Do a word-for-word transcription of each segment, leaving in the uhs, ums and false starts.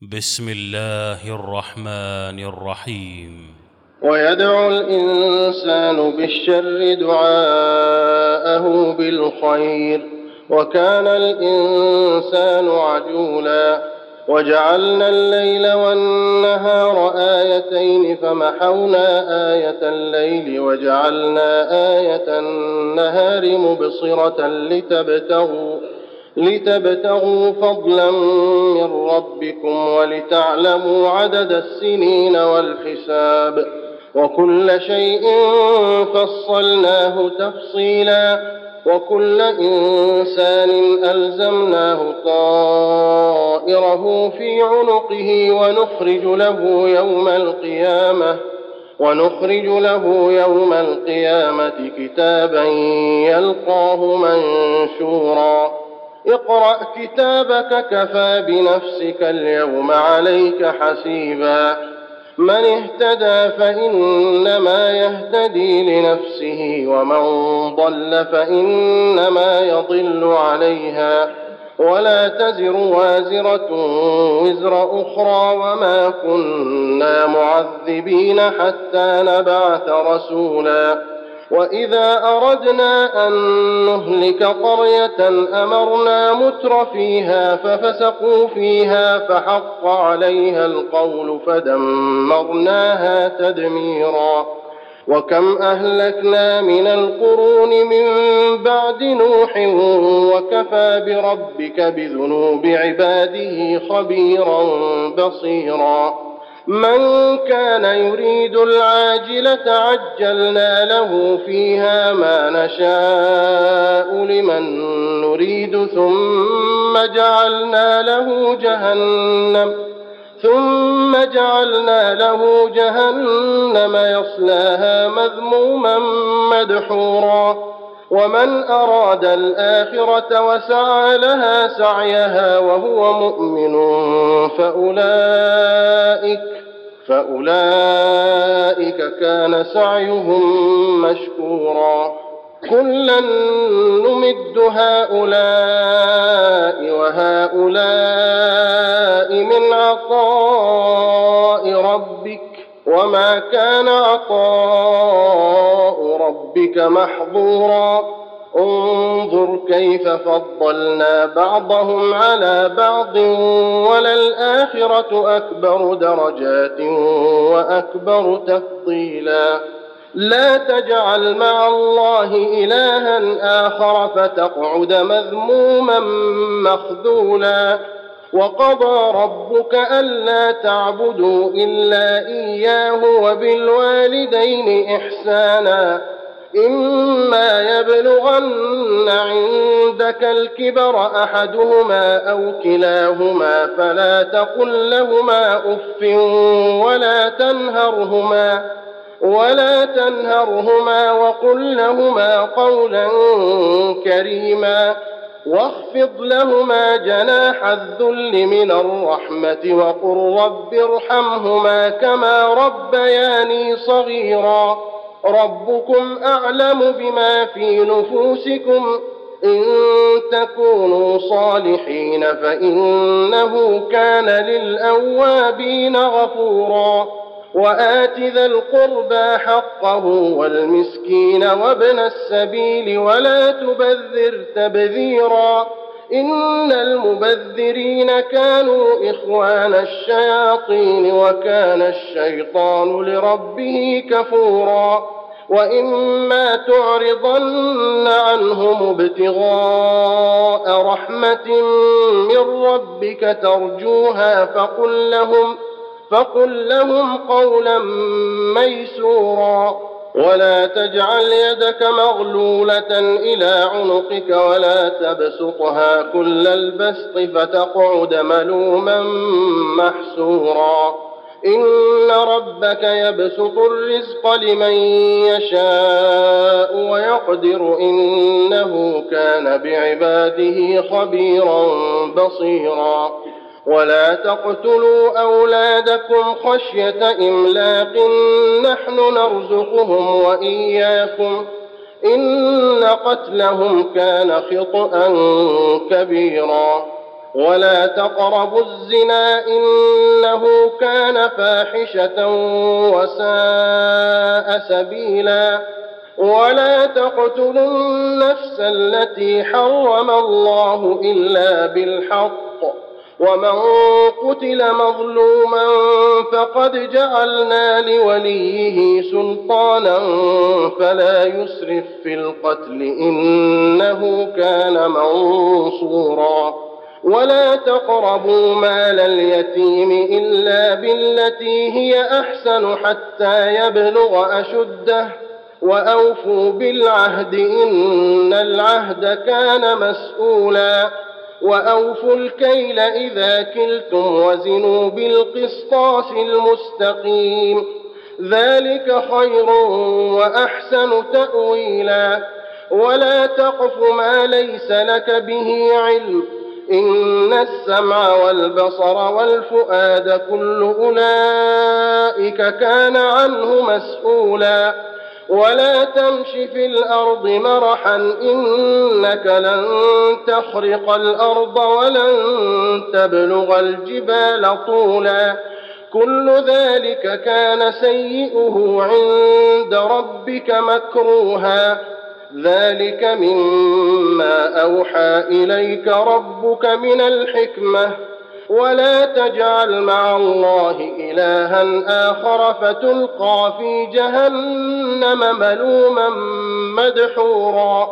بسم الله الرحمن الرحيم. ويدعو الإنسان بالشر دعاءه بالخير وكان الإنسان عجولا وجعلنا الليل والنهار آيتين فمحونا آية الليل وجعلنا آية النهار مبصرة لتبتغوا لتبتغوا فضلا من ربكم ولتعلموا عدد السنين والحساب وكل شيء فصلناه تفصيلا وكل إنسان ألزمناه طائره في عنقه ونخرج له يوم القيامة ونخرج له يوم القيامة كتابا يلقاه منشورا اقرأ كتابك كفى بنفسك اليوم عليك حسيبا من اهتدى فإنما يهتدي لنفسه ومن ضل فإنما يضل عليها ولا تزر وازرة وزر أخرى وما كنا معذبين حتى نبعث رسولا وإذا أردنا أن نهلك قرية أمرنا متر فيها ففسقوا فيها فحق عليها القول فدمرناها تدميرا وكم أهلكنا من القرون من بعد نوح وكفى بربك بذنوب عباده خبيرا بصيرا من كان يريد العاجلة عجلنا له فيها ما نشاء لمن نريد ثم جعلنا له جهنم ثم جعلنا له جهنم يصلاها مذموما مدحورا ومن أراد الآخرة وسعى لها سعيها وهو مؤمن فأولئك فأولئك كان سعيهم مشكورا كلا نمد هؤلاء وهؤلاء من عطاء ربك وما كان عطاء ربك محظورا انظر كيف فضلنا بعضهم على بعض وللآخرة أكبر درجات وأكبر تفضيلا لا تجعل مع الله إلها آخر فتقعد مذموما مخذولا وقضى ربك ألا تعبدوا إلا إياه وبالوالدين إحسانا إما يبلغن عندك الكبر أحدهما أو كلاهما فلا تقل لهما أف ولا تنهرهما ولا تنهرهما وقل لهما قولا كريما واخفض لهما جناح الذل من الرحمة وقل رب ارحمهما كما ربياني صغيرا ربكم أعلم بما في نفوسكم إن تكونوا صالحين فإنه كان للأوابين غفورا وآت ذا القربى حقه والمسكين وابن السبيل ولا تبذر تبذيرا إن المبذرين كانوا إخوان الشياطين وكان الشيطان لربه كفورا وإما تعرضن عنهم ابتغاء رحمة من ربك ترجوها فقل لهم فقل لهم قولا ميسورا ولا تجعل يدك مغلولة إلى عنقك ولا تبسطها كل البسط فتقعد ملوما محسورا إن ربك يبسط الرزق لمن يشاء ويقدر إنه كان بعباده خبيرا بصيرا ولا تقتلوا أولادكم خشية إملاق نحن نرزقهم وإياكم إن قتلهم كان خطأ كبيرا ولا تقربوا الزنا إنه كان فاحشة وساء سبيلا ولا تقتلوا النفس التي حرم الله إلا بالحق ومن قتل مظلوما فقد جعلنا لوليه سلطانا فلا يسرف في القتل إنه كان منصورا ولا تقربوا مال اليتيم إلا بالتي هي أحسن حتى يبلغ أشده وأوفوا بالعهد إن العهد كان مسؤولا وأوفوا الكيل إذا كلتم وزنوا بالقسطاس المستقيم ذلك خير وأحسن تأويلا ولا تقف ما ليس لك به علم إن السمع والبصر والفؤاد كل أولئك كان عنه مسؤولا ولا تمش في الأرض مرحا إنك لن تخرق الأرض ولن تبلغ الجبال طولا كل ذلك كان سيئه عند ربك مكروها ذلك مما أوحى إليك ربك من الحكمة ولا تجعل مع الله إلها آخر فتلقى في جهنم ملوما مدحورا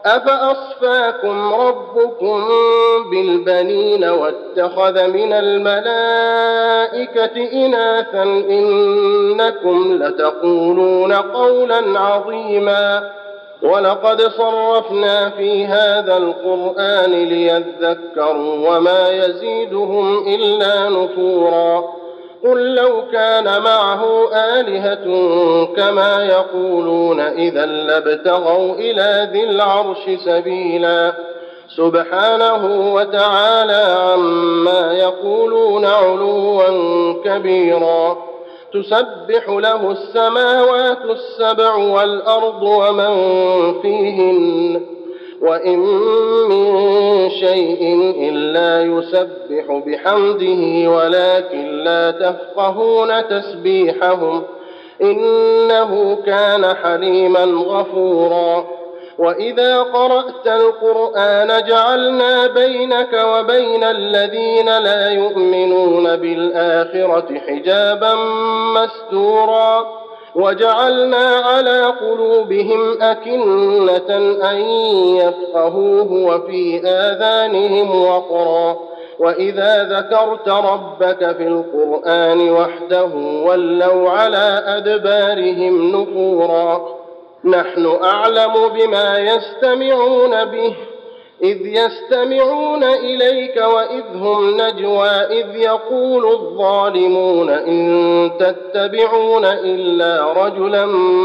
أفأصفاكم ربكم بالبنين واتخذ من الملائكة إناثا إنكم لتقولون قولا عظيما ولقد صرفنا في هذا القرآن ليذكروا وما يزيدهم إلا نفورا قل لو كان معه آلهة كما يقولون إذا لابتغوا إلى ذي العرش سبيلا سبحانه وتعالى عما يقولون علوا كبيرا تسبح له السماوات السبع والأرض ومن فيهن وإن من شيء إلا يسبح بحمده ولكن لا تفقهون تسبيحهم إنه كان حليما غفورا وإذا قرأت القرآن جعلنا بينك وبين الذين لا يؤمنون بالآخرة حجابا مستورا وجعلنا على قلوبهم أكنة أن يفقهوه وفي آذانهم وقرا وإذا ذكرت ربك في القرآن وحده ولوا على أدبارهم نفورا نحن أعلم بما يستمعون به إذ يستمعون إليك وإذ هم نجوى إذ يقول الظالمون إن تتبعون إلا رجلا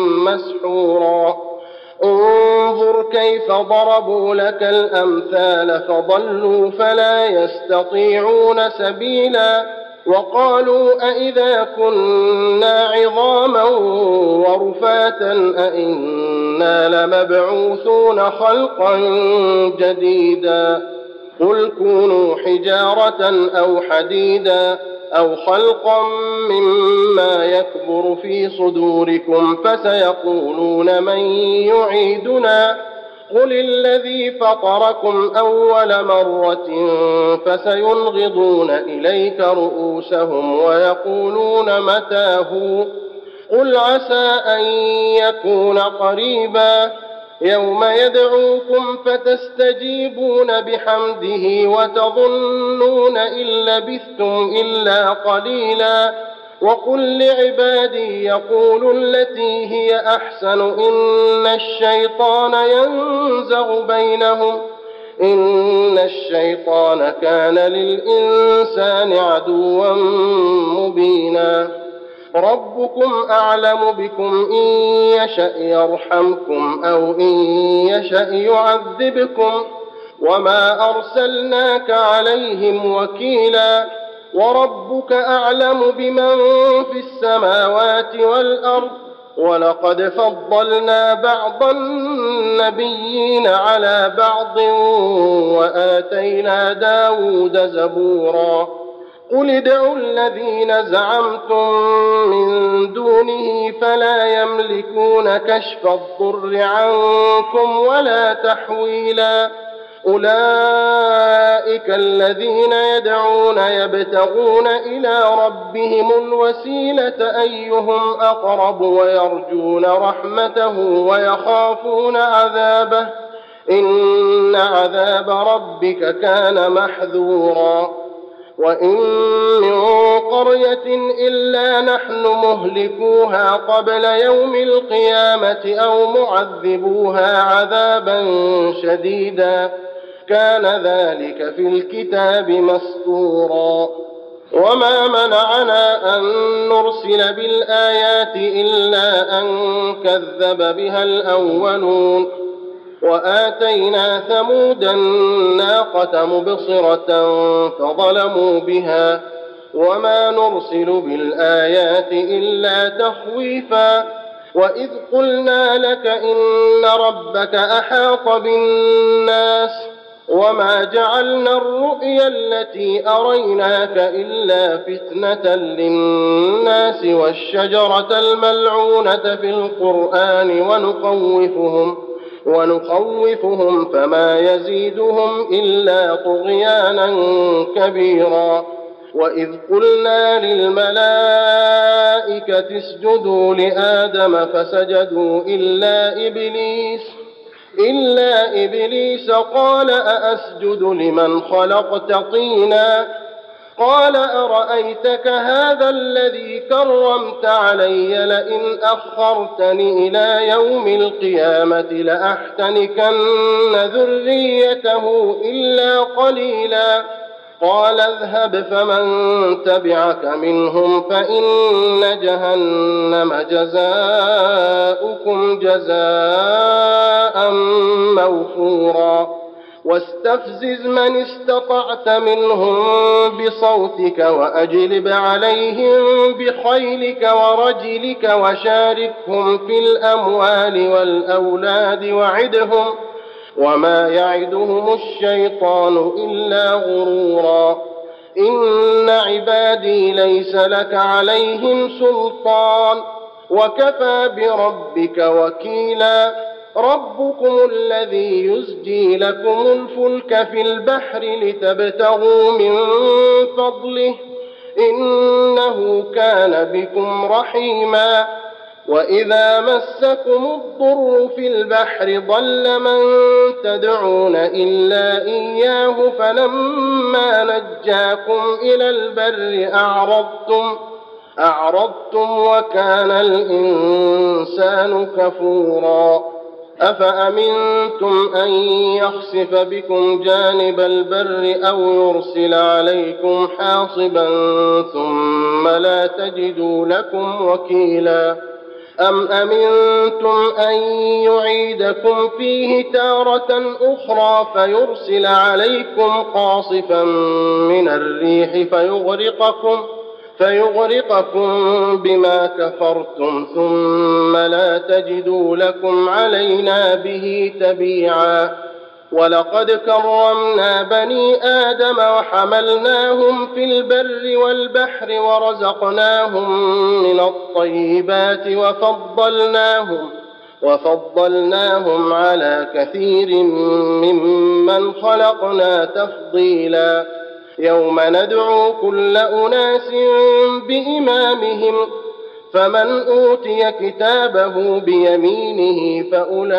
مسحورا انظر كيف ضربوا لك الأمثال فضلوا فلا يستطيعون سبيلا وقالوا أئذا كنا عظاما ورفاتا أئنا لمبعوثون خلقا جديدا قل كونوا حجارة أو حديدا أو خلقا مما يكبر في صدوركم فسيقولون من يعيدنا قل الذي فطركم أول مرة فسينغضون إليك رؤوسهم ويقولون متى هو قل عسى أن يكون قريبا يوم يدعوكم فتستجيبون بحمده وتظنون إن لبثتم إلا قليلا وقل لعبادي يقولوا التي هي أحسن إن الشيطان ينزغ بينهم إن الشيطان كان للإنسان عدوا مبينا ربكم أعلم بكم إن يشأ يرحمكم أو إن يشأ يعذبكم وما أرسلناك عليهم وكيلا وربك أعلم بمن في السماوات والأرض ولقد فضلنا بعض النبيين على بعض وآتينا داود زبورا قل ادعوا الذين زعمتم من دونه فلا يملكون كشف الضر عنكم ولا تحويلا أولئك الذين يدعون يبتغون إلى ربهم الوسيلة أيهم أقرب ويرجون رحمته ويخافون عذابه إن عذاب ربك كان محذورا وإن من قرية إلا نحن مهلكوها قبل يوم القيامة أو معذبوها عذابا شديدا كان ذلك في الكتاب مسطورا وما منعنا أن نرسل بالآيات إلا أن كذب بها الأولون وآتينا ثمود الناقة مبصرة فظلموا بها وما نرسل بالآيات إلا تخويفا وإذ قلنا لك إن ربك أحاط بالناس وما جعلنا الرؤيا التي أريناك إلا فتنة للناس والشجرة الملعونة في القرآن ونخوفهم ونخوفهم فما يزيدهم إلا طغيانا كبيرا وإذ قلنا للملائكة اسجدوا لآدم فسجدوا إلا إبليس إلا إبليس قال أأسجد لمن خلقت طينا قال أرأيتك هذا الذي كرمت علي لئن أخرتني إلى يوم القيامة لأحتنكن ذريته إلا قليلا قال اذهب فمن تبعك منهم فإن جهنم جزاؤكم جزاء موفورا واستفزز من استطعت منهم بصوتك وأجلب عليهم بخيلك ورجلك وشاركهم في الأموال والأولاد وعدهم وما يعدهم الشيطان إلا غرورا إن عبادي ليس لك عليهم سلطان وكفى بربك وكيلا ربكم الذي يزجي لكم الفلك في البحر لتبتغوا من فضله إنه كان بكم رحيما وإذا مسكم الضر في البحر ضل من تدعون إلا إياه فلما نجاكم إلى البر أعرضتم أعرضتم وكان الإنسان كفورا أفأمنتم أن يخسف بكم جانب البر أو يرسل عليكم حاصبا ثم لا تجدوا لكم وكيلا أم أمنتم أن يعيدكم فيه تارة أخرى فيرسل عليكم قاصفا من الريح فيغرقكم فيغرقكم بما كفرتم ثم لا تجدوا لكم علينا به تبيعا ولقد كرمنا بني آدم وحملناهم في البر والبحر ورزقناهم من الطيبات وفضلناهم وفضلناهم على كثير ممن خلقنا تفضيلا يوم ندعو كل أناس بإمامهم فمن أوتي كتابه بيمينه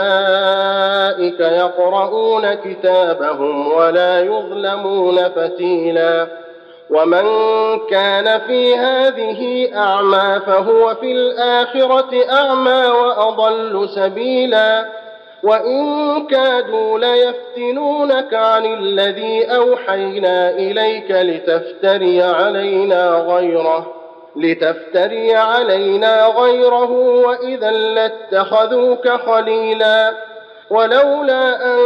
فأولئك يقرؤون كتابهم ولا يظلمون فتيلا ومن كان في هذه أعمى فهو في الآخرة أعمى وأضل سبيلا وإن كادوا ليفتنونك عن الذي أوحينا إليك لتفتري علينا غيره لتفتري علينا غيره وإذا لاتخذوك خليلا ولولا أن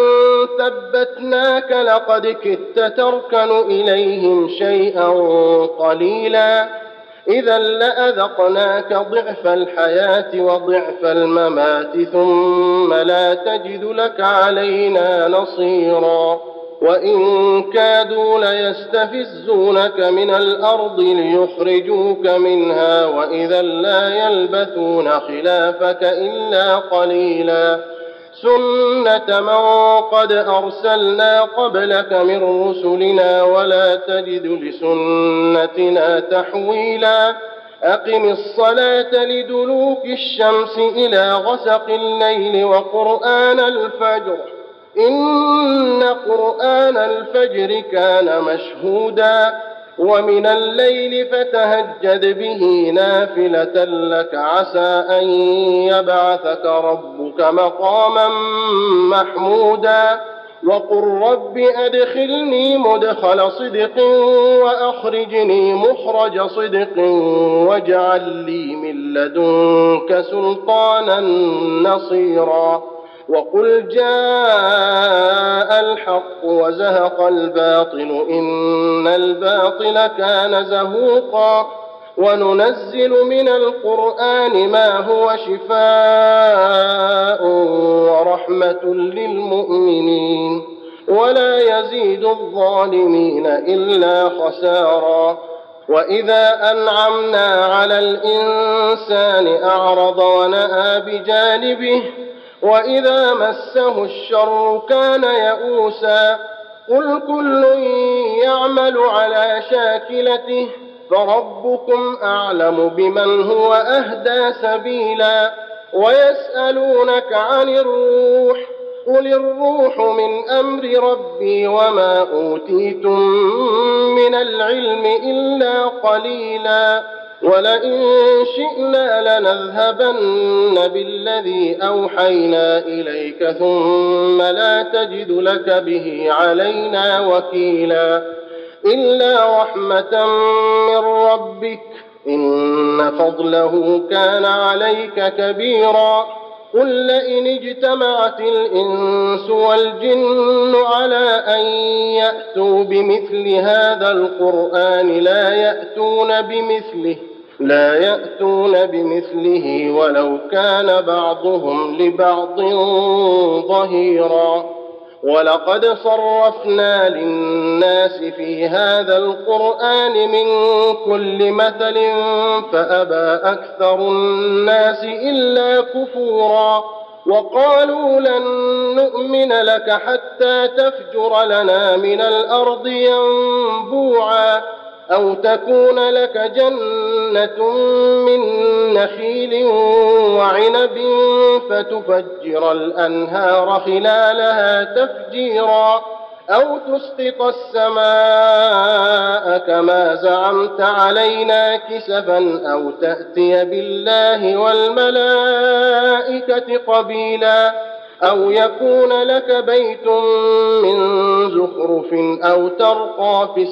ثبتناك لقد كدت تركن إليهم شيئا قليلا إذا لأذقناك ضعف الحياة وضعف الممات ثم لا تجد لك علينا نصيرا وإن كادوا ليستفزونك من الأرض ليخرجوك منها وإذا لا يلبثون خلافك إلا قليلا سنة من قد أرسلنا قبلك من رسلنا ولا تجد لسنتنا تحويلا أقم الصلاة لدلوك الشمس إلى غسق الليل وقرآن الفجر إن قرآن الفجر كان مشهودا ومن الليل فتهجد به نافلة لك عسى أن يبعثك ربك مقاما محمودا وقل رب أدخلني مدخل صدق وأخرجني مخرج صدق واجعل لي من لدنك سلطانا نصيرا وقل جاء الحق وزهق الباطل إن الباطل كان زهوقا وننزل من القرآن ما هو شفاء ورحمة للمؤمنين ولا يزيد الظالمين إلا خسارا وإذا أنعمنا على الإنسان أعرض ونأى بجانبه وإذا مسه الشر كان يئوسا قل كل يعمل على شاكلته فربكم أعلم بمن هو أهدى سبيلا ويسألونك عن الروح قل الروح من أمر ربي وما أوتيتم من العلم إلا قليلا ولئن شئنا لنذهبن بالذي أوحينا إليك ثم لا تجد لك به علينا وكيلا إلا رحمة من ربك إن فضله كان عليك كبيرا قل لئن اجتمعت الإنس والجن على أن يأتوا بمثل هذا القرآن لا يأتون بمثله لا يأتون بمثله ولو كان بعضهم لبعض ظهيرا ولقد صرفنا للناس في هذا القرآن من كل مثل فأبى أكثر الناس إلا كفورا وقالوا لن نؤمن لك حتى تفجر لنا من الأرض ينبوعا أو تكون لك جنة من نخيل وعنب فتفجر الأنهار خلالها تفجيرا أو تسقط السماء كما زعمت علينا كسفا أو تأتي بالله والملائكة قبيلا أو يكون لك بيت من زخرف أو ترقى في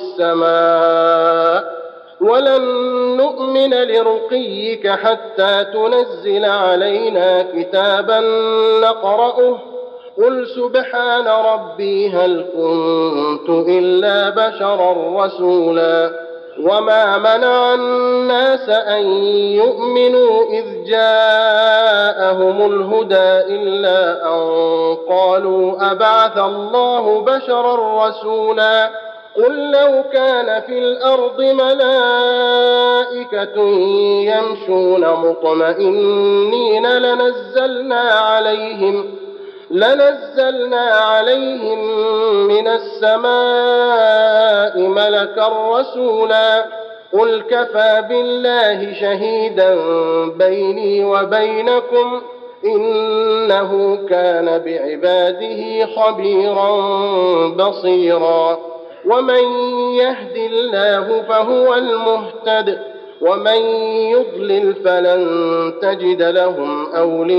السماء ولن نؤمن لرقيك حتى تنزل علينا كتابا نقرأه قل سبحان ربي هل كنت إلا بشرا رسولا وما منع الناس أن يؤمنوا إذ جاءهم الهدى إلا أن قالوا أبعث الله بشرا رسولا قل لو كان في الأرض ملائكة يمشون مطمئنين لنزلنا عليهم لنزلنا عليهم من السماء ملكا رسولا قل كفى بالله شهيدا بيني وبينكم إنه كان بعباده خبيرا بصيرا ومن يهد الله فهو المهتد ومن يضلل فلن تجد لهم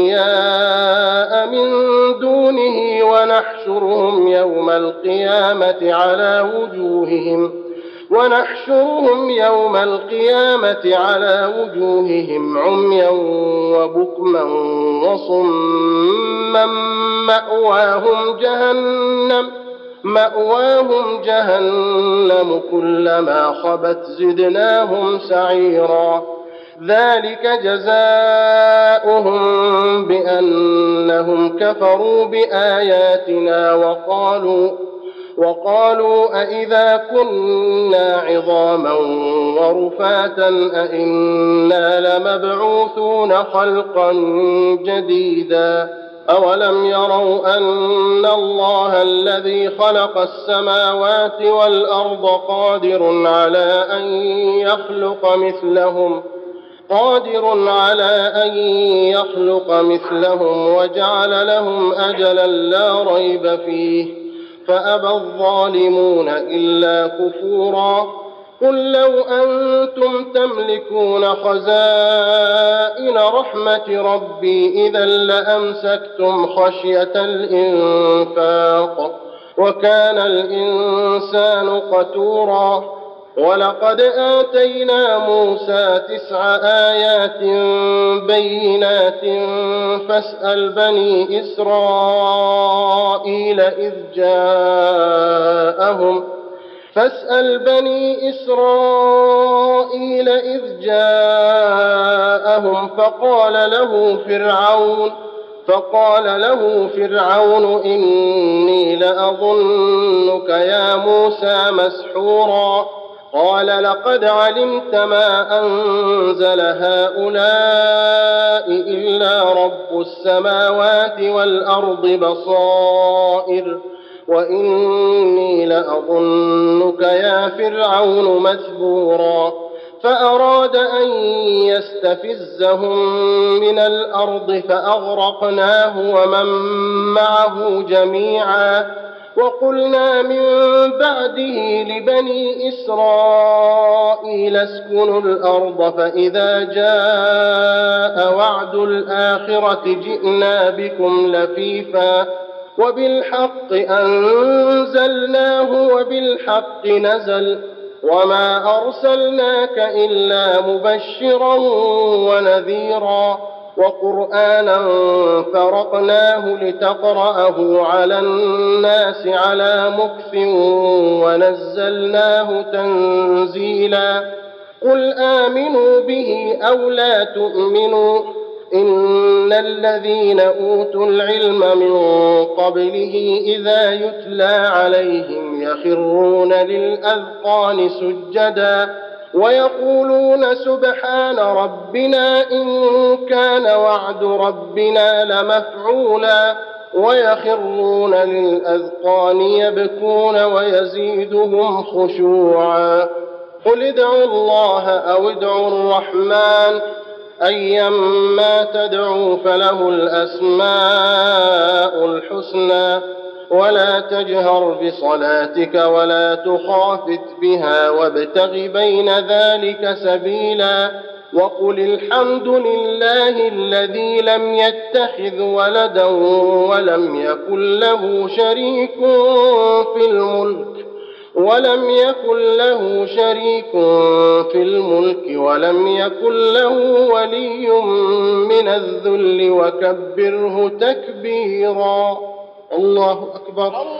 أولياء من دونه ونحشرهم يوم القيامة على وجوههم ونحشرهم يوم القيامة على وجوههم عميا وبكما وصما مأواهم جهنم مأواهم جهنم كلما خبت زدناهم سعيرا ذلك جزاؤهم بأنهم كفروا بآياتنا وقالوا وقالوا أإذا كنا عظاما ورفاتا أإنا لمبعوثون خلقا جديدا أولم يروا أن الله الذي خلق السماوات والأرض قادر على أن يخلق مثلهم قادر على أن يخلق مثلهم وجعل لهم أجلا لا ريب فيه فأبى الظالمون إلا كفورا قل لو أنتم تملكون خزائن رحمة ربي إذا لأمسكتم خشية الإنفاق وكان الإنسان قتورا ولقد آتينا موسى تسع آيات بينات فاسأل بني إسرائيل إذ جاءهم فاسأل بني إسرائيل إذ جاءهم فقال له فرعون فقال له فرعون إني لأظنك يا موسى مسحورا قال لقد علمت ما أنزل هؤلاء إلا رب السماوات والأرض بصائر وإني لأظنك يا فرعون مثبورا فأراد أن يستفزهم من الأرض فأغرقناه ومن معه جميعا وقلنا من بعده لبني إسرائيل اسكنوا الأرض فإذا جاء وعد الآخرة جئنا بكم لفيفا وبالحق أنزلناه وبالحق نزل وما أرسلناك إلا مبشرا ونذيرا وقرآنا فرقناه لتقرأه على الناس على مكث ونزلناه تنزيلا قل آمنوا به أو لا تؤمنوا إن الذين أوتوا العلم من قبله إذا يتلى عليهم يخرون للأذقان سجدا ويقولون سبحان ربنا إن كان وعد ربنا لمفعولا ويخرون للأذقان يبكون ويزيدهم خشوعا قل ادعوا الله أو ادعوا الرحمن أيما تدعوا فله الأسماء الحسنى ولا تجهر بصلاتك ولا تخافت بها وابتغ بين ذلك سبيلا وقل الحمد لله الذي لم يتخذ ولدا ولم يكن له شريك في الملك ولم يكن له شريك في الملك ولم يكن له ولي من الذل وكبره تكبيرا الله أكبر.